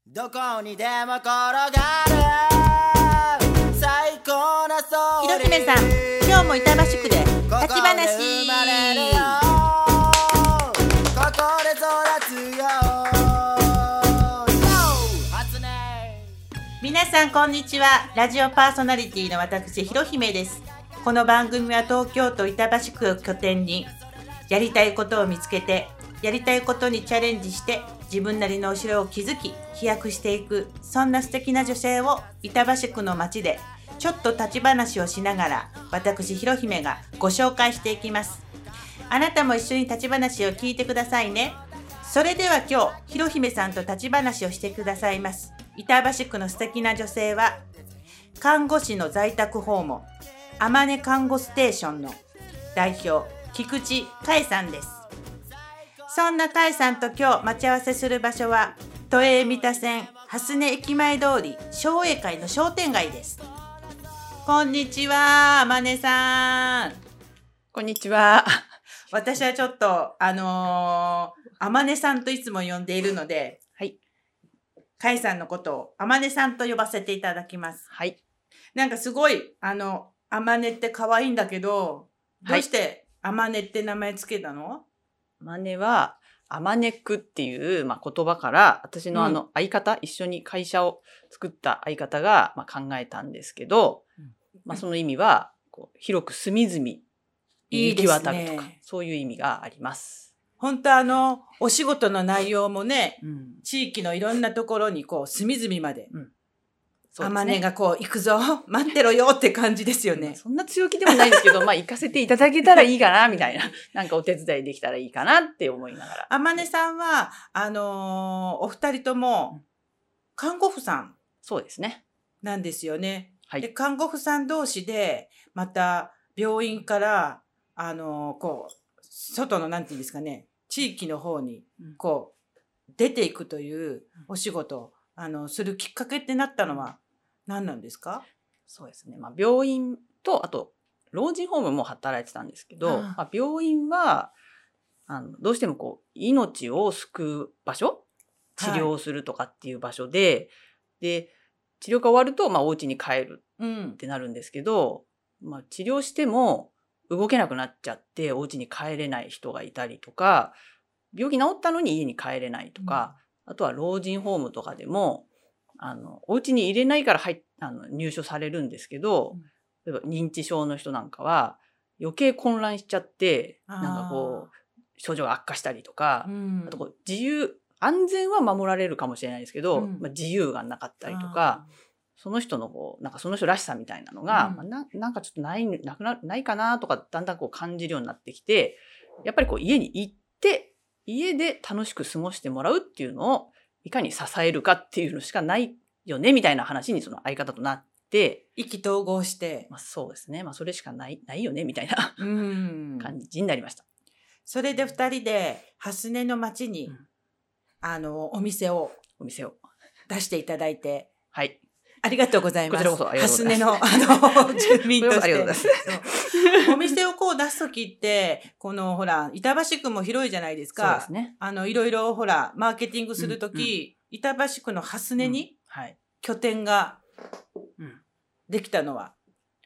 どこにでも転がる最高なソーリー。 ひろひめさん、今日も板橋区で立ち話。 ここで生まれるよ、ここで育つよ、初音。 皆さんこんにちは。ラジオパーソナリティの私ひろひめです。この番組は東京都板橋区を拠点にやりたいことを見つけて、やりたいことにチャレンジして自分なりのお城を築き飛躍していく、そんな素敵な女性を板橋区の街でちょっと立ち話をしながら、私ひろひめがご紹介していきます。あなたも一緒に立ち話を聞いてくださいね。それでは今日ひろひめさんと立ち話をしてくださいます板橋区の素敵な女性は、看護師の在宅訪問あまね看護ステーションの代表、菊池海さんです。そんな海さんと今日待ち合わせする場所は都営三田線蓮根駅前通り商栄会の商店街です。こんにちは、あまねさん。 こんにちは。 私はちょっとあまねさんといつも呼んでいるので、 はい。 海さんのことをあまねさんと呼ばせていただきます。 はい。 なんかすごいあまねって可愛いんだけど、どうしてあまねって名前つけたの？ マネは、アマネクっていう、言葉から、私の相方、一緒に会社を作った相方が、考えたんですけど、その意味は、広く隅々に行き渡るとか、そういう意味があります。 本当お仕事の内容もね、地域のいろんなところに隅々まで、あまねが行くぞ、待ってろよって感じですよね。 そんな強気でもないですけど、行かせていただけたらいいかな、みたいな。なんかお手伝いできたらいいかなって思いながら。 あまねさんは、お二人とも、看護婦さん。 そうですね。 なんですよね。 はい。 で、看護婦さん同士で、また、病院から、外のなんていうんですかね、地域の方に、出ていくというお仕事を、するきっかけってなったのは何なんですか？ そうですね。病院と、あと、老人ホームも働いてたんですけど、病院は、どうしても命を救う場所、治療するとかっていう場所で、で、治療が終わると、お家に帰るってなるんですけど、治療しても動けなくなっちゃって、お家に帰れない人がいたりとか、病気治ったのに家に帰れないとか、あとは老人ホームとかでも、お家に入れないから入所されるんですけど、例えば認知症の人なんかは余計混乱しちゃって、症状が悪化したりとか、あと安全は守られるかもしれないですけど、自由がなかったりとか、その人のその人らしさみたいなのが、なんかちょっとないかなとか、だんだん感じるようになってきて、やっぱり家に行って、家で楽しく過ごしてもらうっていうのを、いかに支えるかっていうのしかないよね、みたいな話にその相方となって、 意気投合して。 そうですね。それしかないよね、みたいな感じになりました。 それで二人で、蓮根の町に、お店を出していただいて。 はい。 ありがとうございます。 こちらこそありがとうございます。 蓮根の住民として。 ありがとうございます。お店を出すときって、板橋区も広いじゃないですか。 そうですね。 いろいろマーケティングするとき、板橋区の蓮根に、拠点ができたのは。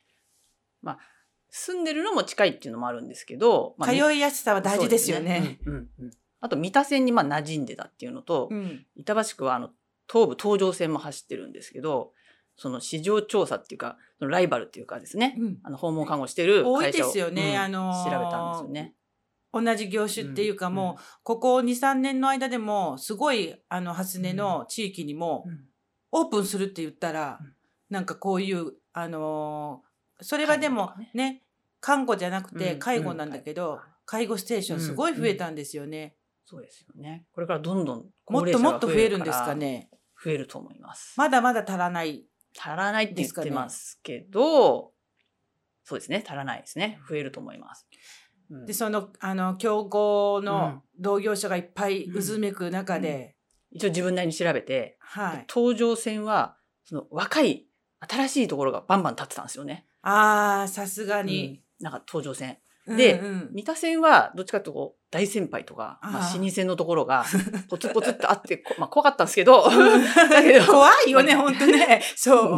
住んでるのも近いっていうのもあるんですけど、 通いやすさは大事ですよね。 あと三田線に馴染んでたっていうのと、板橋区は東武東上線も走ってるんですけど、その市場調査っていうか、そのライバルっていうかですね、訪問看護してる会社を多いですよね。 調べたんですよね。 同じ業種っていうかもう、ここ2、3年の間でも、すごい蓮根の地域にも、オープンするって言ったら、なんかこういう、それはでもね、看護じゃなくて介護なんだけど、介護ステーションすごい増えたんですよね。 そうですよね。これからどんどんもっともっと増えるんですかね。 増えると思います。 まだまだ足らない。 足らないって言ってますけど、そうですね。足らないですね。増えると思います。 で、競合の同業者がいっぱい渦めく中で。 一応自分なりに調べて、東上線は、その若い、新しいところがバンバン立ってたんですよね。 さすがに。 なんか東上線。 で、 うんうん、 三田線はどっちかというとこう大先輩とか、まあ、老舗のところがポツポツっとあってまあ、怖かったんですけど、だけど怖いよね、本当ね。そう。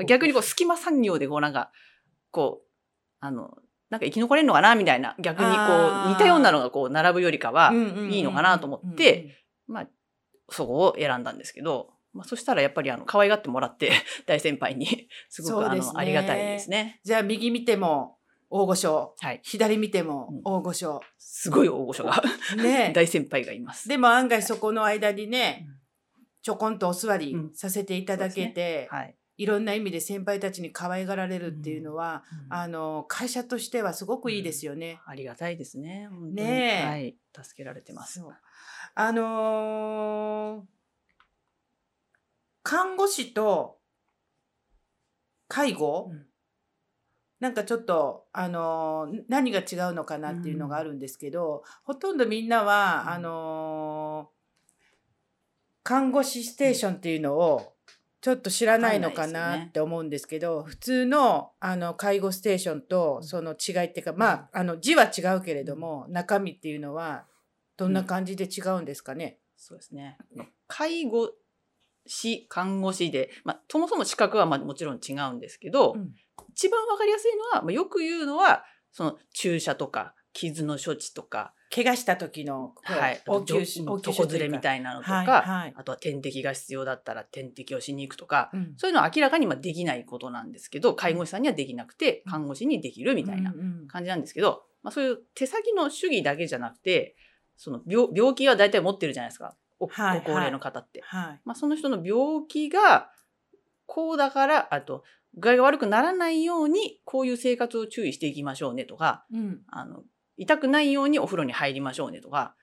逆にこう隙間産業でこうなんかこうなんか生き残れるのかなみたいな、逆にこう似たようなのがこう並ぶよりかはいいのかなと思ってまあそこを選んだんですけど、まあ、そしたらやっぱり可愛がってもらって大先輩にすごくありがたいですね。 じゃあ右見ても大御所、 はい、 左見ても大御所、 すごい大御所がね大先輩がいます。 でも案外そこの間にね、ちょこんとお座りさせていただけて、はい、いろんな意味で先輩たちに可愛がられるっていうのは、会社としてはすごくいいですよね。 ありがたいですね。本当にね、 はい、助けられてます。 看護師と介護、なんかちょっと何が違うのかなっていうのがあるんですけど、ほとんどみんなは看護師ステーションっていうのをちょっと知らないのかなって思うんですけど、普通の介護ステーションとその違いっていうか、まあ字は違うけれども中身っていうのはどんな感じで違うんですかね。 そうですね。介護士、看護師で、まあ、そもそも資格はもちろん違うんですけど、一番わかりやすいのは、まあ、よく言うのはその注射とか傷の処置とか、 怪我した時の床ずれみたいなのとか、はい、あとは点滴が必要だったら点滴をしに行くとか、そういうのは明らかにできないことなんですけど、介護士さんにはできなくて看護師にできるみたいな感じなんですけど、まあ、そういう手先の手技だけじゃなくて、その病気は大体持ってるじゃないですか、ご高齢の方って、はい、まあ、その人の病気がこうだから、あと具合が悪くならないようにこういう生活を注意していきましょうねとか、痛くないようにお風呂に入りましょうねとか、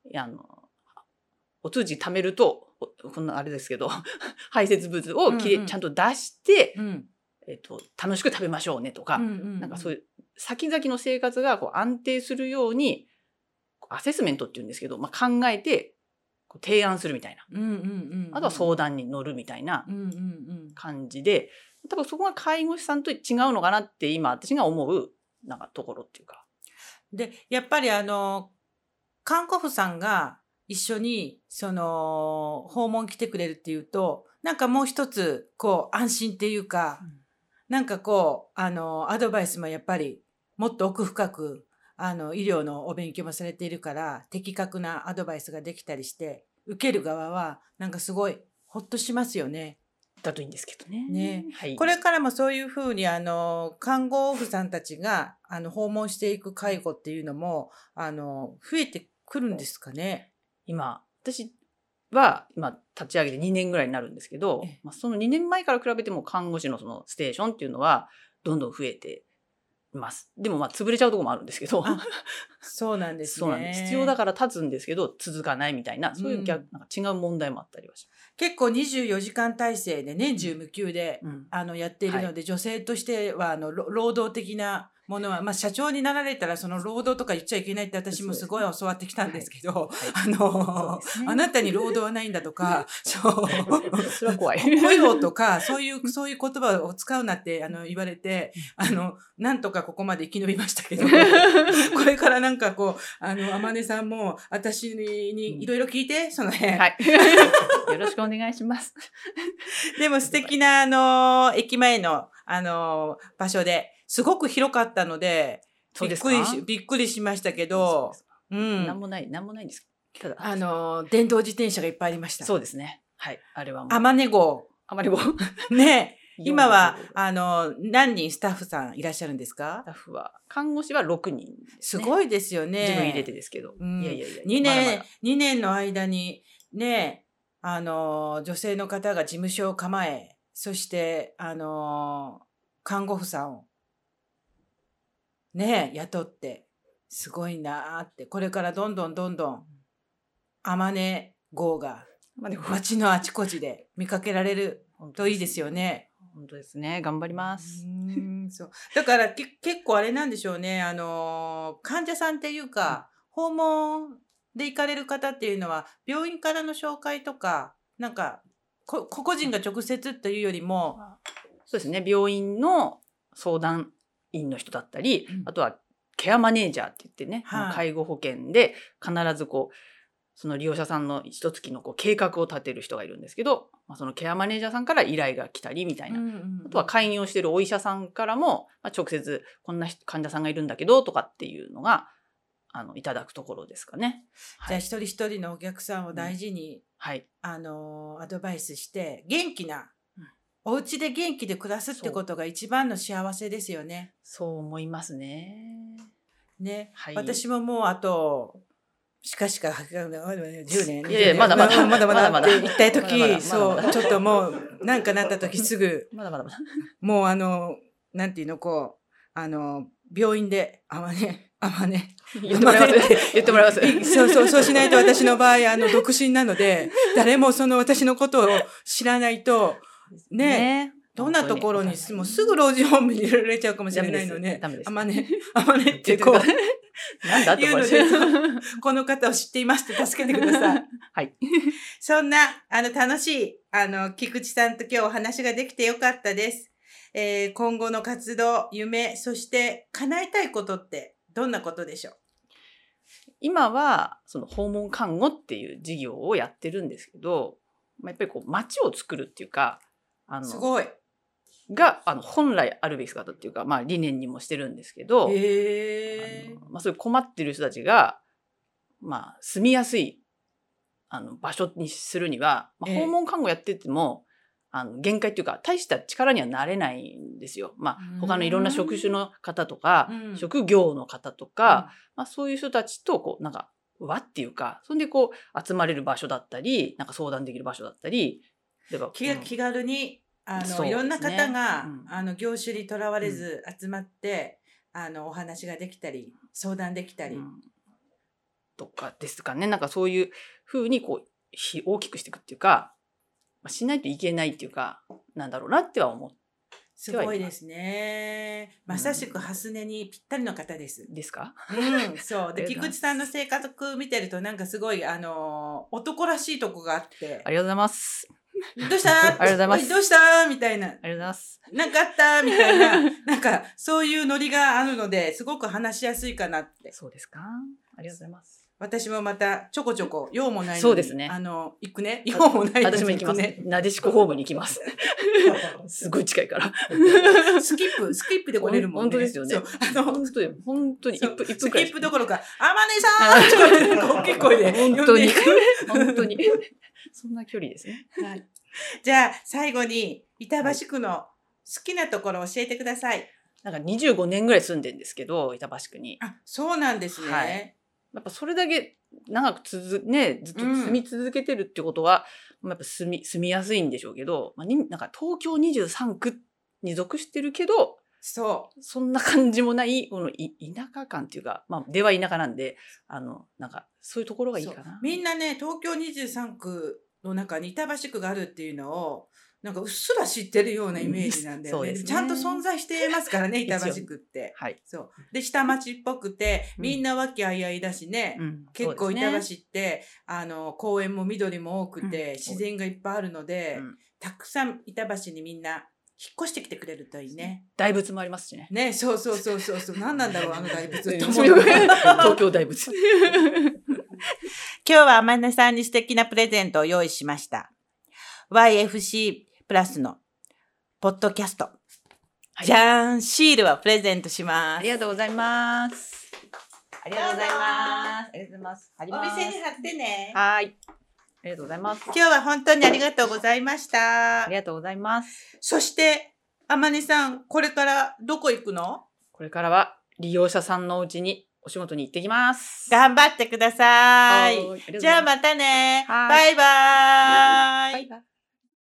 お通じ貯めるとこんなあれですけど排泄物をちゃんと出して、楽しく食べましょうねとか、なんかそういう先々の生活がこう安定するようにアセスメントっていうんですけど、まあ、考えてこう提案するみたいな、あとは相談に乗るみたいな感じで、多分そこが介護士さんと違うのかなって今私が思うなんかところっていうか。 でやっぱり看護婦さんが一緒にその訪問来てくれるっていうと、なんかもう一つこう安心っていうか、なんかこうアドバイスもやっぱりもっと奥深く医療のお勉強もされているから的確なアドバイスができたりして、受ける側はなんかすごいほっとしますよね。 だといいんですけどね。 はい、これからもそういうふうに看護婦さんたちが訪問していく介護っていうのも増えてくるんですかね。 今私は立ち上げて2年ぐらいになるんですけど、その2年前から比べても看護師のそのステーションっていうのはどんどん増えています。でも潰れちゃうところもあるんですけど、 そうなんですね。 そうなんです。必要だから立つんですけど続かないみたいな、そういうなんか違う問題もあったりはします。 結構24時間体制で年中無休で、やっているので、女性としては労働的なものは、まあ、社長になられたらその労働とか言っちゃいけないって私もすごい教わってきたんですけど、あなたに労働はないんだとか、それは怖い。 雇用とかそういう言葉を使うなって言われて、なんとかここまで生き延びましたけど、これからなんかこう天音さんも私にいろいろ聞いて、その辺、 はい、よろしくお願いします。 でも素敵な駅前の場所ですごく広かったので、びっくりしましたけど、 なんもないんです。 ただ電動自転車がいっぱいありました。 そうですね。はい、あれはもう天音号ね。今は何人スタッフさんいらっしゃるんですか？ スタッフは看護師は6人ですね。 すごいですよね。 自分入れてですけど、いや 2年の間にね、女性の方が事務所を構え、そして看護婦さんをね雇って、すごいなって。これからどんどん天音号が街のあちこちで見かけられるといいですよね。 本当ですね。頑張ります。 そうだから結構あれなんでしょうね。患者さんっていうか、訪問で行かれる方っていうのは病院からの紹介とか、なんか個々人が直接というよりも、 そうですね。病院の相談員の人だったり、あとはケアマネージャーって言ってね、 はい介護保険で必ずこう、その利用者さんの一月のこう計画を立てる人がいるんですけど、そのケアマネージャーさんから依頼が来たりみたいな。あとは開業してるお医者さんからも、直接こんな患者さんがいるんだけどとかっていうのが、いただくところですかね。 じゃあ一人一人のお客さんを大事に、 はい。 アドバイスして元気な、お家で元気で暮らすってことが一番の幸せですよね。 そう思いますね。 ね、 はい、 私ももうあとしか10年いやいやまだまだって言った時、そうちょっともうなんかなった時すぐまだもうなんていうのこう病院であまね言ってもらいます。 そうしないと私の場合独身なので誰もその私のことを知らないとね。どんなところにもうすぐ老人ホームに入れられちゃうかもしれないのね。あまねってこうなんだって言うのでこの方を知っていますって助けてください。 はい。 そんな楽しい菊池さんと今日お話ができてよかったです。今後の活動、夢、そして叶えたいことってどんなことでしょう？ 今はその訪問看護っていう事業をやってるんですけど、やっぱりこう街を作るっていうか、 すごい。 が本来あるべき姿っていうか、理念にもしてるんですけど、そういう困ってる人たちが、住みやすい場所にするには、訪問看護やってても限界っていうか大した力にはなれないんですよ。他のいろんな職種の方とか、職業の方とか、そういう人たちとこうなんか輪っていうか、そんでこう集まれる場所だったり、なんか相談できる場所だったり、 気軽にいろんな方が、業種にとらわれず集まって、お話ができたり相談できたり、 とかですかね。なんかそういう風にこう大きくしていくっていうか、しないといけないっていうか、なんだろうなっては思ってすごいですね。まさしくハスネにぴったりの方です。 ですか？ そうで菊池さんの性格見てるとなんかすごい男らしいとこがあって。 ありがとうございます。 どうした？ ありがとうございます。 どうしたみたいな。ありがとうございます。 なんかあったみたいな。なんか、そういうノリがあるので、すごく話しやすいかなって。 そうですか？ありがとうございます。 私もまた、ちょこちょこ、用もないのに。 そうですね。 行くね。用もないのに。 私も行きますね。なでしこホームに行きます。すごい近いから。 スキップで来れるもんね。 本当ですよね。本当に1分くらい。 スキップどころか、あまねさん大きい声で。 本当に。そんな距離ですね。 はい。じゃあ、最後に、板橋区の好きなところを教えてください。 なんか25年ぐらい住んでるんですけど、板橋区に。 そうなんですね。 はい。やっぱそれだけ長くずっと住み続けてるってことは、やっぱ住みやすいんでしょうけど、なんか東京23区に属してるけど、そんな感じもない、この田舎感っていうか、では田舎なんで、なんかそういうところがいいかな。 みんなね、東京23区の中に板橋区があるっていうのを、なんかうっすら知ってるようなイメージなんだよね。ちゃんと存在してますからね、板橋区って。 はい。 そう。で、下町っぽくて、みんな和気あいあいだしね。結構板橋って、公園も緑も多くて、自然がいっぱいあるので、たくさん板橋にみんな引っ越してきてくれるといいね。 大仏もありますしね。 ね、そう。何なんだろう、大仏。 東京大仏。 今日はあまねさんに素敵なプレゼントを用意しました。YFC プラスのポッドキャスト。じゃーん、シールはプレゼントします。 ありがとうございます。 ありがとうございます。お店に貼ってね。 はい。ありがとうございます。 今日は本当にありがとうございました。 ありがとうございます。 そして、あまねさん、これからどこ行くの？ これからは利用者さんのお家にお仕事に行ってきます。 頑張ってください。じゃあまたね。バイバーイ。